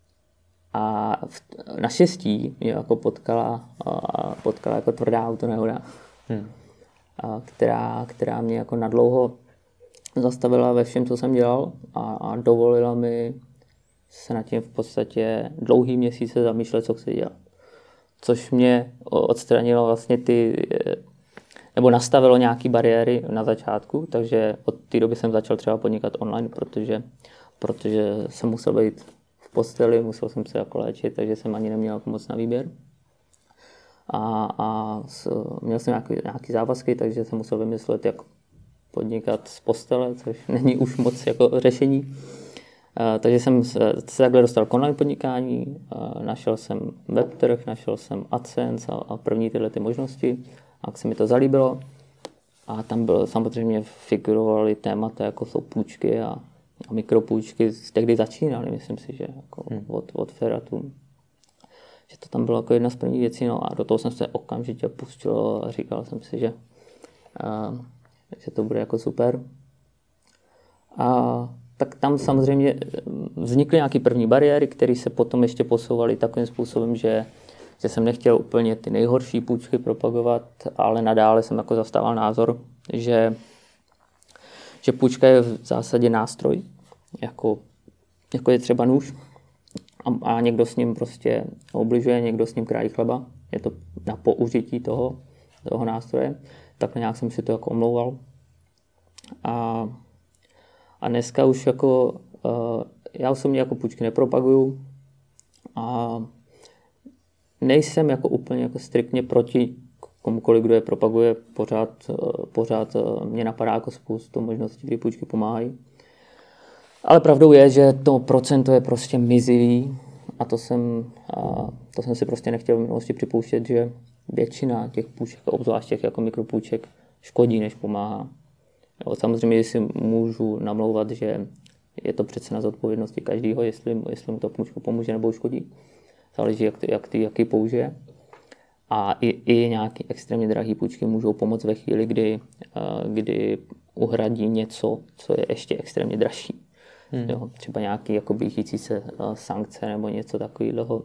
a v, naštěstí mě jako potkala, potkala jako tvrdá autonehoda, mm. a která, která mě jako nadlouho zastavila ve všem, co jsem dělal a, a dovolila mi se nad tím v podstatě dlouhý měsíce zamýšlet, co chci dělat. Což mě odstranilo vlastně ty, nebo nastavilo nějaké bariéry na začátku, takže od té doby jsem začal třeba podnikat online, protože, protože jsem musel být v posteli, musel jsem se jako léčit, takže jsem ani neměl moc na výběr. a, a s, měl jsem nějaký, nějaký závazky, takže jsem musel vymyslet, jak podnikat z postele, což není už moc jako řešení. Uh, takže jsem se, se takhle dostal k online podnikání, uh, našel jsem webtrh, našel jsem AdSense a, a první tyhle ty možnosti, a se mi to zalíbilo. A tam bylo, samozřejmě figurovaly témata, jako jsou půjčky a, a mikropůjčky, tehdy začínaly, myslím si, že jako hmm. od, od Feratu. Že to tam bylo jako jedna z prvních věcí, no a do toho jsem se okamžitě pustil a říkal jsem si, že, uh, že to bude jako super. A tak tam samozřejmě vznikly nějaké první bariéry, které se potom ještě posouvaly takovým způsobem, že, že jsem nechtěl úplně ty nejhorší půjčky propagovat, ale nadále jsem jako zastával názor, že, že půjčka je v zásadě nástroj, jako, jako je třeba nůž, a, a někdo s ním prostě obližuje, někdo s ním krájí chleba, je to na použití toho, toho nástroje, takhle nějak jsem si to jako omlouval. A A dneska už jako, uh, já osobně jako půjčky nepropaguju a nejsem jako úplně jako striktně proti komukoliv, kdo je propaguje, pořád, uh, pořád uh, mě napadá jako spoustu možností, kdy půjčky pomáhají. Ale pravdou je, že to procento je prostě mizivý a to jsem, uh, to jsem si prostě nechtěl v minulosti připouštět, že většina těch půjček, obzvlášť těch jako mikropůjček, škodí, než pomáhá. Jo, samozřejmě si můžu namlouvat, že je to přece na zodpovědnosti každého, jestli, jestli mu to půjčku pomůže nebo uškodí. Záleží, jak ty, jak ty, jaký použije. A i, i nějaké extrémně drahé půjčky můžou pomoct ve chvíli, kdy, kdy uhradí něco, co je ještě extrémně dražší. Hmm. Jo, třeba nějaký jako blížící se sankce nebo něco takového.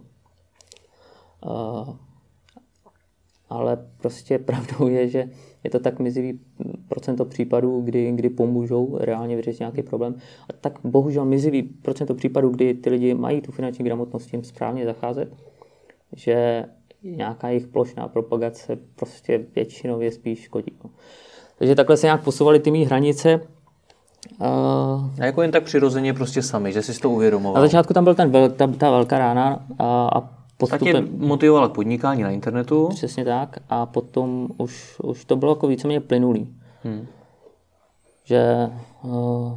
Ale prostě pravdou je, že je to tak mizivý procento případů, kdy, kdy pomůžou reálně vyřešit nějaký problém. A tak bohužel mizivý procento případů, kdy ty lidi mají tu finanční gramotnost tím správně zacházet, že nějaká jejich plošná propagace prostě většinou je spíš škodí. Takže takhle se nějak posouvaly ty mý hranice. Uh, a jako jen tak přirozeně prostě sami, že jsi to uvědomoval. Na začátku tam byl ten, ta, ta velká rána a, a postupem... Tak tě motivovala k podnikání na internetu. Přesně tak. A potom už, už to bylo jako víceméně plynulý. Hmm. Že... Uh,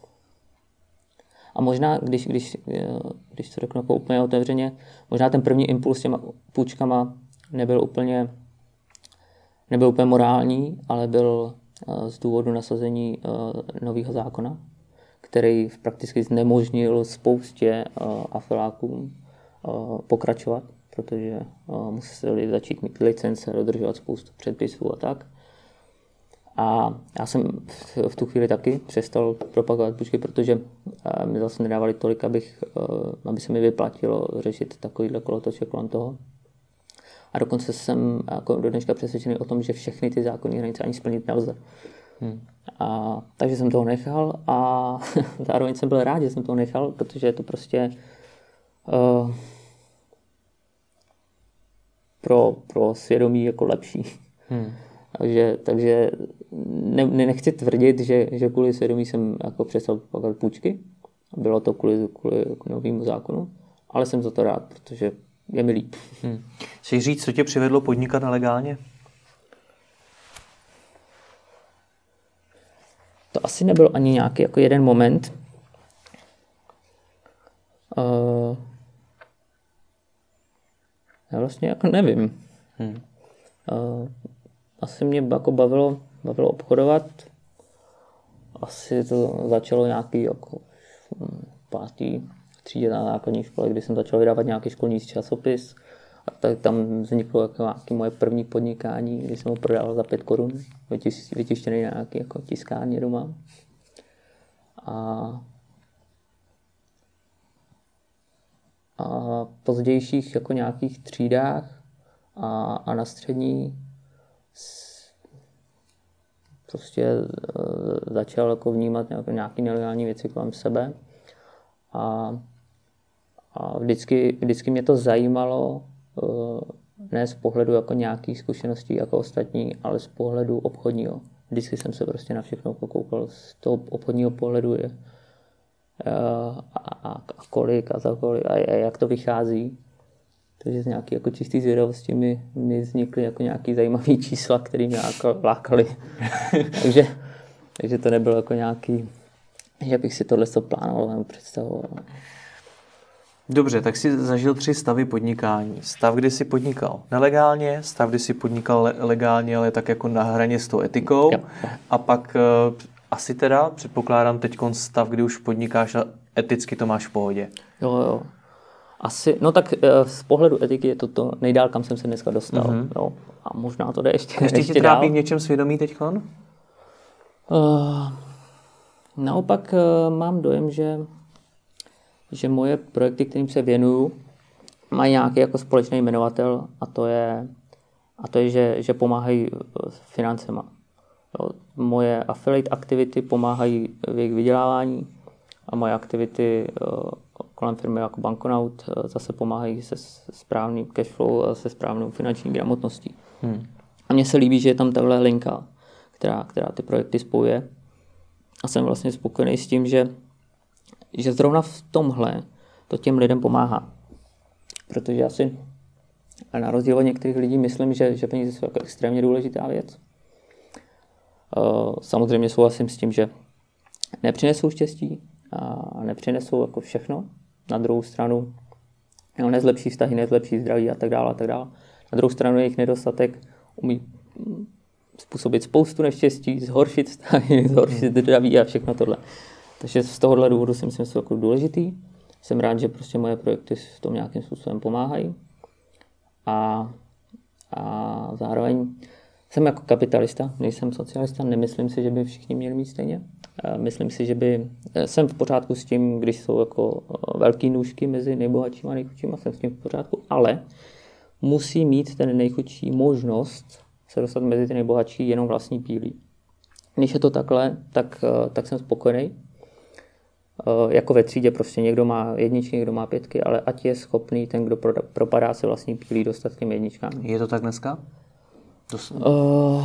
a možná, když, když, když to řeknu jako úplně otevřeně, možná ten první impuls s těma půjčkama nebyl úplně, nebyl úplně morální, ale byl uh, z důvodu nasazení uh, nového zákona, který prakticky znemožnil spoustě uh, afilákům uh, pokračovat, protože uh, museli začít mít licence, dodržovat spoustu předpisů a tak. A já jsem v tu chvíli taky přestal propagovat půjčky, protože uh, mi zase nedávali tolik, abych, uh, aby se mi vyplatilo řešit takovýhle kolotoče kolem toho. A dokonce jsem jako do dneška přesvědčený o tom, že všechny ty zákonní hranice ani splnit nelze. Hmm. A, takže jsem toho nechal a zároveň jsem byl rád, že jsem toho nechal, protože je to prostě uh, pro, pro svědomí jako lepší. Hmm. takže, takže ne, nechci tvrdit, že, že kvůli svědomí jsem jako přestal propagovat půjčky. Bylo to kvůli, kvůli novému zákonu, ale jsem za to rád, protože je mi líp. Hmm. Chceš říct, co tě přivedlo podnikat nelegálně? To asi nebyl ani nějaký jako jeden moment. Uh, já vlastně jako nevím. Hmm. Uh, asi mě jako bavilo, bavilo obchodovat. Asi to začalo nějaký jako pátý třídě na základní škole, kdy jsem začal vydávat nějaký školní časopis. A tak tam vzniklo jako nějaké moje první podnikání, kdy jsem ho prodával za pět korun, vytištěný na nějaké jako tiskárně doma. A, a pozdějších jako nějakých třídách a, a na střední prostě začal jako vnímat nějaké nelegální věci kolem sebe. A, a vždycky, vždycky mě to zajímalo, ne z pohledu jako nějakých zkušeností jako ostatní, ale z pohledu obchodního. Vždycky jsem se prostě na všechno koukal z toho obchodního pohledu, je, a, a, a kolik a za kolik a, a jak to vychází. Takže z nějaké jako čisté zvědavosti mi, mi vznikly jako nějaký zajímavý čísla, které mě jako lákaly. takže, takže to nebylo jako nějaký, že bych si tohle plánoval nebo představoval. Dobře, tak jsi zažil tři stavy podnikání. Stav, kdy jsi podnikal nelegálně, stav, kdy jsi podnikal le- legálně, ale tak jako na hraně s tou etikou. Jo. A pak uh, asi teda, předpokládám teď stav, kdy už podnikáš a eticky to máš v pohodě. Jo, jo. Asi, no tak uh, z pohledu etiky je to to nejdál, kam jsem se dneska dostal. Mm-hmm. Jo. A možná to jde ještě, ještě, ještě tě trápí v něčem svědomí teďkon? Uh, naopak uh, mám dojem, že že moje projekty, kterým se věnuju, mají nějaký jako společný jmenovatel a to je, a to je že, že pomáhají financema. Jo, moje affiliate aktivity pomáhají v jejich vydělávání a moje aktivity uh, kolem firmy jako Bankonaut uh, zase pomáhají se správným cashflow a se správnou finanční gramotností. Hmm. A mně se líbí, že je tam tahle linka, která, která ty projekty spojuje. A jsem vlastně spokojený s tím, že že zrovna v tomhle to těm lidem pomáhá. Protože já si na rozdíl od některých lidí myslím, že, že peníze jsou jako extrémně důležitá věc. Uh, samozřejmě souhlasím s tím, že nepřinesou štěstí a nepřinesou jako všechno. Na druhou stranu jo, nezlepší vztahy, nezlepší zdraví a tak dále a tak dále. Na druhou stranu jejich nedostatek umí způsobit spoustu neštěstí, zhoršit vztahy, zhoršit zdraví a všechno tohle. Takže z tohohle důvodu si myslím, že jsou jako důležitý. Jsem rád, že prostě moje projekty v tom nějakým způsobem pomáhají. A, a zároveň jsem jako kapitalista, nejsem socialista, nemyslím si, že by všichni měli mít stejně. Myslím si, že by jsem v pořádku s tím, když jsou jako velký nůžky mezi nejbohatšíma a nejchudšíma, jsem s tím v pořádku, ale musí mít ten nejchudší možnost se dostat mezi ty nejbohatší jenom vlastní pílí. Když je to takhle, tak, tak jsem spokojený. Jako ve třídě prostě někdo má jedničky, někdo má pětky, ale ať je schopný ten, kdo propadá se vlastní pílí, dostat k těm jedničkám. Je to tak dneska? Uh, uh,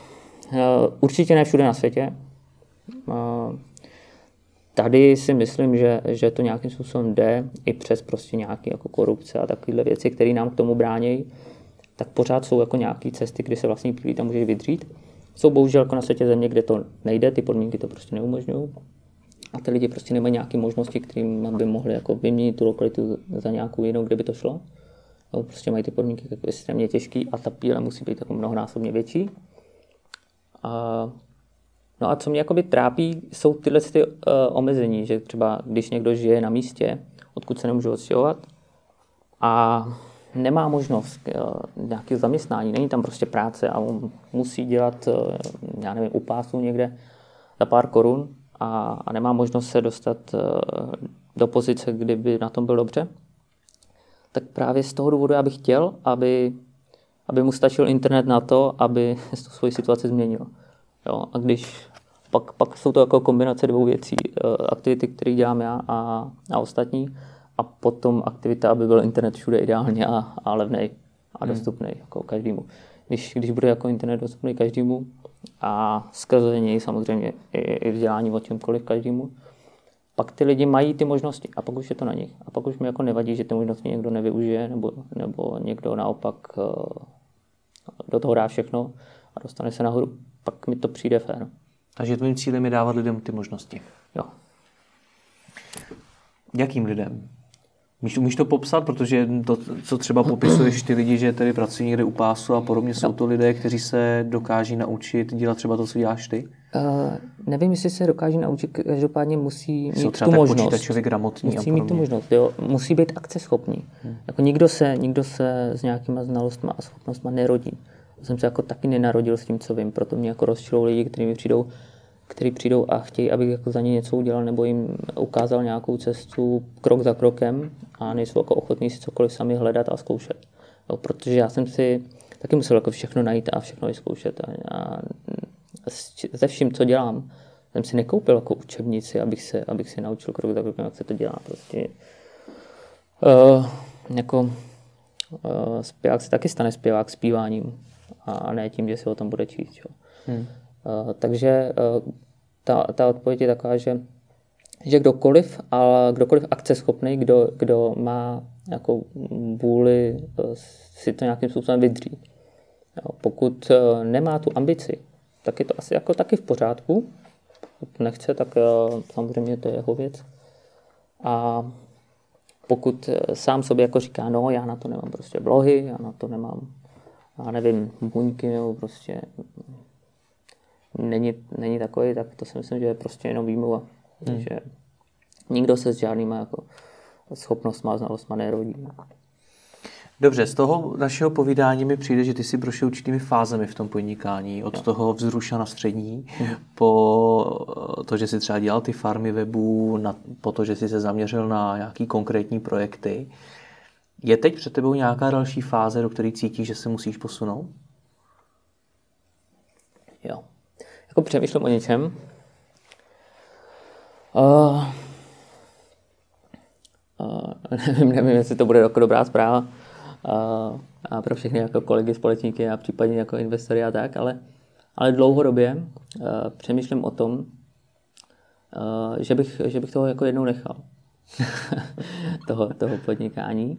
určitě ne všude na světě. Uh, tady si myslím, že, že to nějakým způsobem jde i přes prostě nějaké jako korupce a takovéhle věci, které nám k tomu brání, tak pořád jsou jako nějaké cesty, kdy se vlastní pílí tam může vydřít. Jsou bohužel jako na světě země, kde to nejde, ty podmínky to prostě neumožňují. A ty lidi prostě nemají nějaké možnosti, kterým by mohli jako vyměnit tu lokalitu za nějakou jinou, kde by to šlo. No, prostě mají ty podmínky jako extrémně těžký a ta píle musí být jako mnohonásobně větší. A, no a co mě jakoby trápí, jsou tyhle ty, uh, omezení, že třeba když někdo žije na místě, odkud se nemůže odstěhovat a nemá možnost uh, nějakého zaměstnání, není tam prostě práce a on musí dělat, uh, já nevím, u pásu někde za pár korun, A, a nemá možnost se dostat uh, do pozice, kdyby na tom byl dobře, tak právě z toho důvodu já bych chtěl, aby, aby mu stačil internet na to, aby tu svoji situaci změnil. Jo? A když pak, pak jsou to jako kombinace dvou věcí. Uh, aktivity, které dělám já a, a ostatní, a potom aktivita, aby byl internet všude ideálně a, a levnej a dostupný hmm. jako každému. Když, když bude jako internet dostupný každému, a skrze něj samozřejmě i, i vzdělání o čemkoliv každému, pak ty lidi mají ty možnosti a pak už je to na nich. A pak už mi jako nevadí, že ty možnosti někdo nevyužije nebo, nebo někdo naopak uh, do toho dá všechno a dostane se nahoru. Pak mi to přijde fér. Takže tvým cílem je dávat lidem ty možnosti. Jo. Jakým lidem? Můžeš, můžeš to popsat, protože to, co třeba popisuješ ty lidi, že tady pracují někde u pásu a podobně, jsou to lidé, kteří se dokáží naučit dělat třeba to, co děláš ty? Uh, nevím, jestli se dokáží naučit, každopádně musí jsou mít tu možnost. Počítačově gramotní musí mít tu možnost, jo. Musí být akceschopný. Hmm. Jako nikdo se, nikdo se s nějakýma znalostma a schopnostma nerodí. Já jsem se jako taky nenarodil s tím, co vím, proto mě jako rozčilou lidi, kteří mi přijdou kteří přijdou a chtějí, abych jako za ně něco udělal nebo jim ukázal nějakou cestu krok za krokem a nejsou jako ochotní si cokoliv sami hledat a zkoušet. Jo, protože já jsem si taky musel jako všechno najít a všechno vyzkoušet. A, a se vším, co dělám, jsem si nekoupil jako učebnici, abych se, abych se naučil krok za krokem, jak se to dělá. Prostě, uh, jako, uh, zpěvák se taky stane zpěvák zpíváním a ne tím, že si o tom bude číst. Jo. Hmm. Uh, takže uh, ta, ta odpověď je taková, že že kdokoliv, a kdokoliv akceschopný, kdo, kdo má nějakou vůli si to nějakým způsobem vydřít. Jo, pokud nemá tu ambici, tak je to asi jako taky v pořádku. Pokud nechce, tak samozřejmě to je jeho věc. A pokud sám sobě jako říká, no já na to nemám prostě blohy, já na to nemám, já nevím, buňky, nebo prostě není, není takový, tak to si myslím, že je prostě jenom výmluva. Hmm. Že nikdo se s žádnýma jako schopnostma, znalostma nerodí. Dobře, z toho našeho povídání mi přijde, že ty si prošel určitými fázemi v tom podnikání. Od jo. toho vzruša na střední, hmm. po to, že jsi třeba dělal ty farmy webů, na, po to, že jsi se zaměřil na nějaký konkrétní projekty. Je teď před tebou nějaká další fáze, do které cítíš, že se musíš posunout? Jo. Jako přemýšlím o něčem. Uh, uh, nevím, nevím, jestli to bude jako dobrá zpráva uh, a pro všechny jako kolegy, společníky a případně jako investory a tak, ale, ale dlouhodobě uh, přemýšlím o tom, uh, že, bych, že bych toho jako jednou nechal. toho, toho podnikání.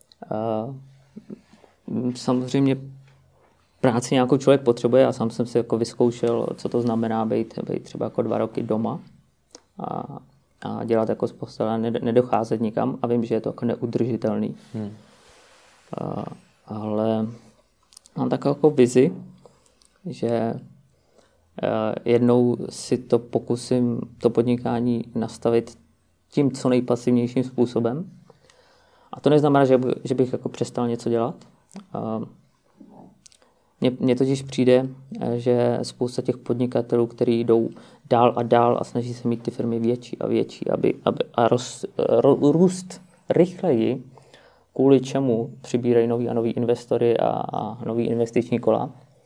Uh, samozřejmě práci nějakou člověk potřebuje a sám jsem si jako vyzkoušel, co to znamená být, být třeba jako dva roky doma a, a dělat jako z postele, nedocházet nikam a vím, že je to jako neudržitelný. Hmm. Uh, ale mám takovou jako vizi, že uh, jednou si to pokusím, to podnikání nastavit tím co nejpasivnějším způsobem. A to neznamená, že, by, že bych jako přestal něco dělat. Uh, Mně, mně totiž přijde, že spousta těch podnikatelů, kteří jdou dál a dál a snaží se mít ty firmy větší a větší, aby, aby a roz, ro, růst rychleji, kvůli čemu přibírají nový a nový investory a, a nový investiční kola.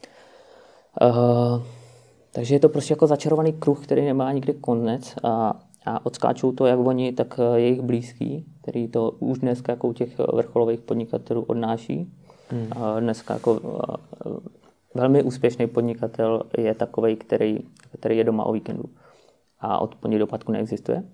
Uh, takže je to prostě jako začarovaný kruh, který nemá nikdy konec a, a odskáčou to jak oni, tak jejich blízký, který to už dneska jako u těch vrcholových podnikatelů odnáší. Hmm. Dneska jako velmi úspěšný podnikatel je takovej, který, který je doma o víkendu a od pondělí do pátku neexistuje.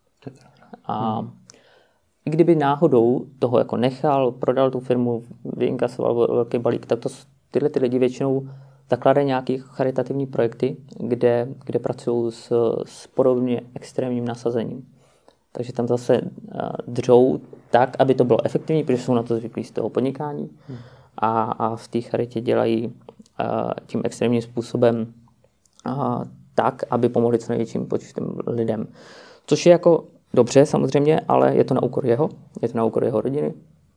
A hmm. i kdyby náhodou toho jako nechal, prodal tu firmu, vyinkasoval velký balík, tak to tyhle ty lidi většinou zakládají nějaké charitativní projekty, kde, kde pracují s, s podobně extrémním nasazením. Takže tam zase dřou tak, aby to bylo efektivní, protože jsou na to zvyklí z toho podnikání. Hmm. A, a v té charitě dělají a, tím extrémním způsobem a, tak, aby pomohli co největším počtem lidem. Což je jako dobře samozřejmě, ale je to na úkor jeho, je to na úkor jeho rodiny.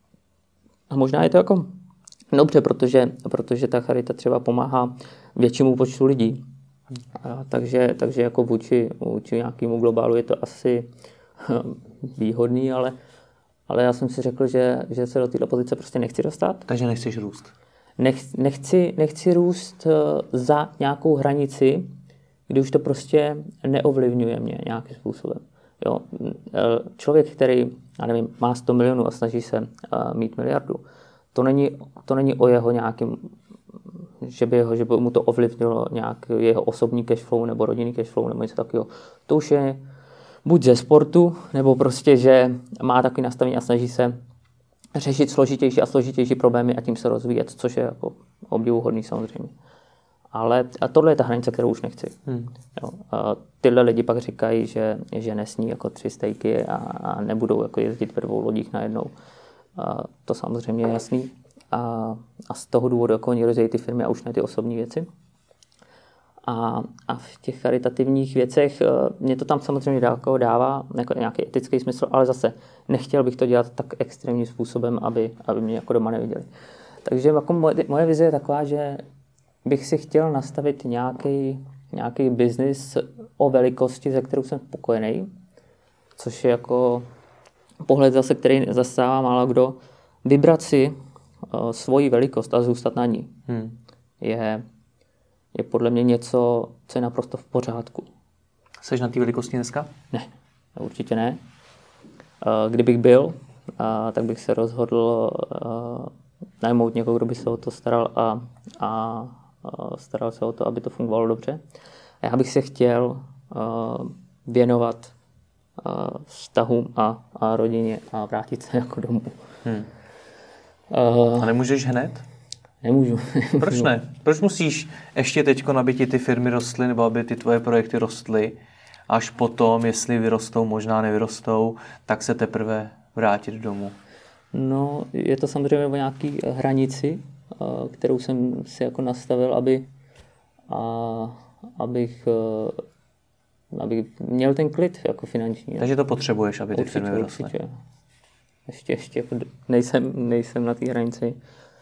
A možná je to jako dobře, protože, protože ta charita třeba pomáhá většímu počtu lidí. A, takže, takže jako vůči, vůči nějakému globálu je to asi výhodný, ale, ale já jsem si řekl, že, že se do této pozice prostě nechci dostat. Takže nechceš růst? Nech, nechci, nechci růst za nějakou hranici, kdy už to prostě neovlivňuje mě nějakým způsobem. Jo? Člověk, který, já nevím, má sto milionů a snaží se uh, mít miliardu, to není, to není o jeho nějakým, že by, jeho, že by mu to ovlivnilo nějak jeho osobní cashflow nebo rodinný cashflow nebo něco takového. To už je buď ze sportu, nebo prostě, že má takový nastavení a snaží se řešit složitější a složitější problémy a tím se rozvíjet, což je jako obdivuhodný samozřejmě. Ale a tohle je ta hranice, kterou už nechci. Hmm. Jo. A tyhle lidi pak říkají, že, že nesní jako tři stejky a, a nebudou jako jezdit ve dvou lodích najednou. A to samozřejmě je jasný. A, a z toho důvodu jako oni rozdějí ty firmy a už ne ty osobní věci. A, a v těch charitativních věcech mě to tam samozřejmě dává, dává jako nějaký etický smysl, ale zase nechtěl bych to dělat tak extrémním způsobem, aby, aby mě jako doma neviděli. Takže jako moje, moje vize je taková, že bych si chtěl nastavit nějaký, nějaký biznis o velikosti, ze kterou jsem spokojený, což je jako pohled zase, který zastává málo kdo, vybrat si uh, svoji velikost a zůstat na ní. Hmm. Je je podle mě něco, co je naprosto v pořádku. Jseš na té velikosti dneska? Ne, určitě ne. Kdybych byl, tak bych se rozhodl najmout někoho, kdo by se o to staral a, a staral se o to, aby to fungovalo dobře. A já bych se chtěl věnovat vztahům a, a rodině a vrátit se jako domů. Hmm. Uh, a nemůžeš hned? Nemůžu. Proč ne? Proč musíš ještě teďko, aby ti ty firmy rostly, nebo aby ty tvoje projekty rostly, až potom, jestli vyrostou, možná nevyrostou, tak se teprve vrátit domů? No, je to samozřejmě o nějaký hranici, kterou jsem si jako nastavil, aby, a, abych, abych měl ten klid jako finanční. Takže to potřebuješ, aby ty určitě, firmy vyrostly. Určitě. Ještě, ještě jako nejsem, nejsem na té hranici.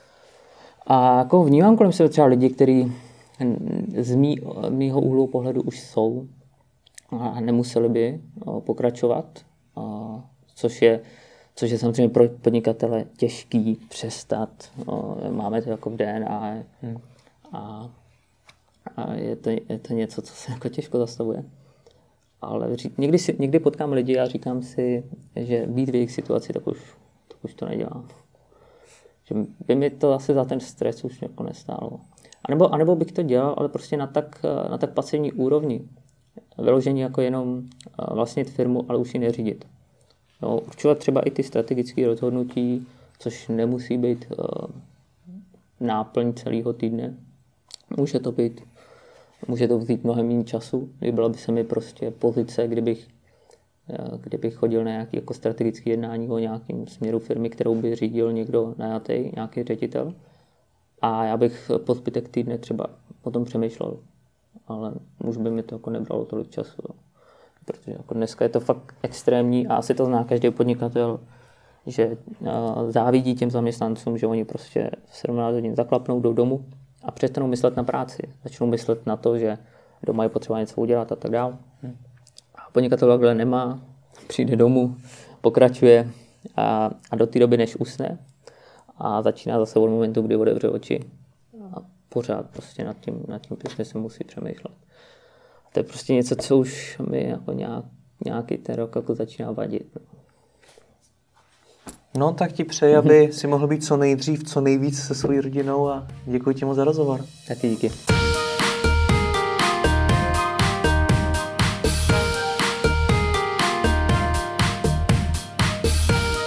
A jako vnímám kolem sebe třeba lidi, kteří z mý, mýho úhlu pohledu už jsou a nemuseli by pokračovat, a což je Což je samozřejmě pro podnikatele těžký přestat. Máme to jako v D N A hmm. a, a je, to, je to něco, co se jako těžko zastavuje. Ale někdy, si, někdy potkám lidi a říkám si, že být v jejich situaci, tak už, tak už to nedělám. Že by mi to asi za ten stres už jako nestálo. A nebo, a nebo bych to dělal, ale prostě na tak, na tak pasivní úrovni. Vyložení jako jenom vlastnit firmu, ale už ji neřídit. No, určovat třeba i ty strategické rozhodnutí, což nemusí být uh, náplň celého týdne. Může to být, může to vzít mnohem méně času. Byla by se mi prostě pozice, kdybych, uh, kdybych chodil na nějaké jako strategické jednání o nějakém směru firmy, kterou by řídil někdo najatý, nějaký ředitel. A já bych po zbytek týdne třeba o tom přemýšlel. Ale už by mi to jako nebralo tolik času. Protože jako dneska je to fakt extrémní a asi to zná každý podnikatel, že uh, závidí těm zaměstnancům, že oni prostě v sedmnáct hodin zaklapnou, jdou domů a přestanou myslet na práci. Začnou myslet na to, že doma je potřeba něco udělat a tak dále. Hmm. A podnikatel takhle nemá, přijde domů, pokračuje a, a do té doby, než usne a začíná zase od momentu, kdy otevře oči a pořád prostě nad tím, nad tím biznesem musí přemýšlet. To je prostě něco, co už mi jako nějak, nějaký ten rok jako začíná vadit. No tak ti přeji, aby si mohl být co nejdřív, co nejvíc se svojí rodinou a děkuji ti moc za rozhovor. Taky díky.